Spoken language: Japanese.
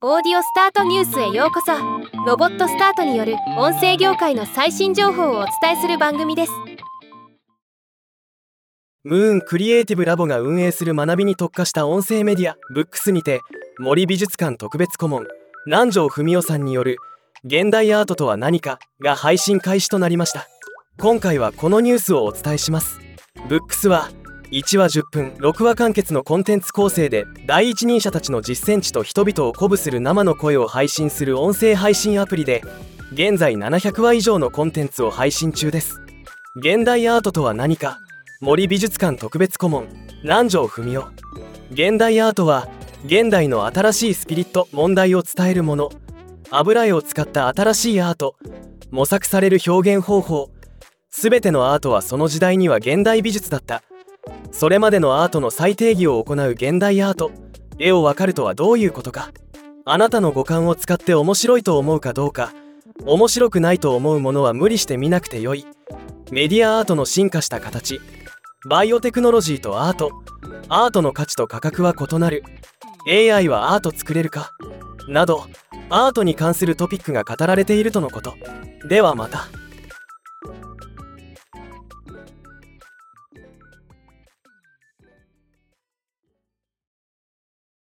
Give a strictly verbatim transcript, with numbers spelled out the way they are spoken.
オーディオスタートニュースへようこそ。ロボットスタートによる音声業界の最新情報をお伝えする番組です。 ムーンクリエイティブラボが運営する学びに特化した音声メディアブックスにて、森美術館特別顧問南條文夫さんによる現代アートとは何かが配信開始となりました。今回はこのニュースをお伝えします。ブックスはいちわじゅっぷんろくわ完結のコンテンツ構成で、第一人者たちの実践地と人々を鼓舞する生の声を配信する音声配信アプリで、現在ななひゃくわ以上のコンテンツを配信中です。現代アートとは何か、森美術館特別顧問南條文夫。現代アートは現代の新しいスピリット、問題を伝えるもの、油絵を使った新しいアート、模索される表現方法、すべてのアートはその時代には現代美術だった。それまでのアートの再定義を行う現代アート。絵を分かるとはどういうことか。あなたの五感を使って面白いと思うかどうか。面白くないと思うものは無理して見なくてよい。メディアアートの進化した形。バイオテクノロジーとアート。アートの価値と価格は異なる。エーアイ はアート作れるかなど、アートに関するトピックが語られているとのこと。ではまた。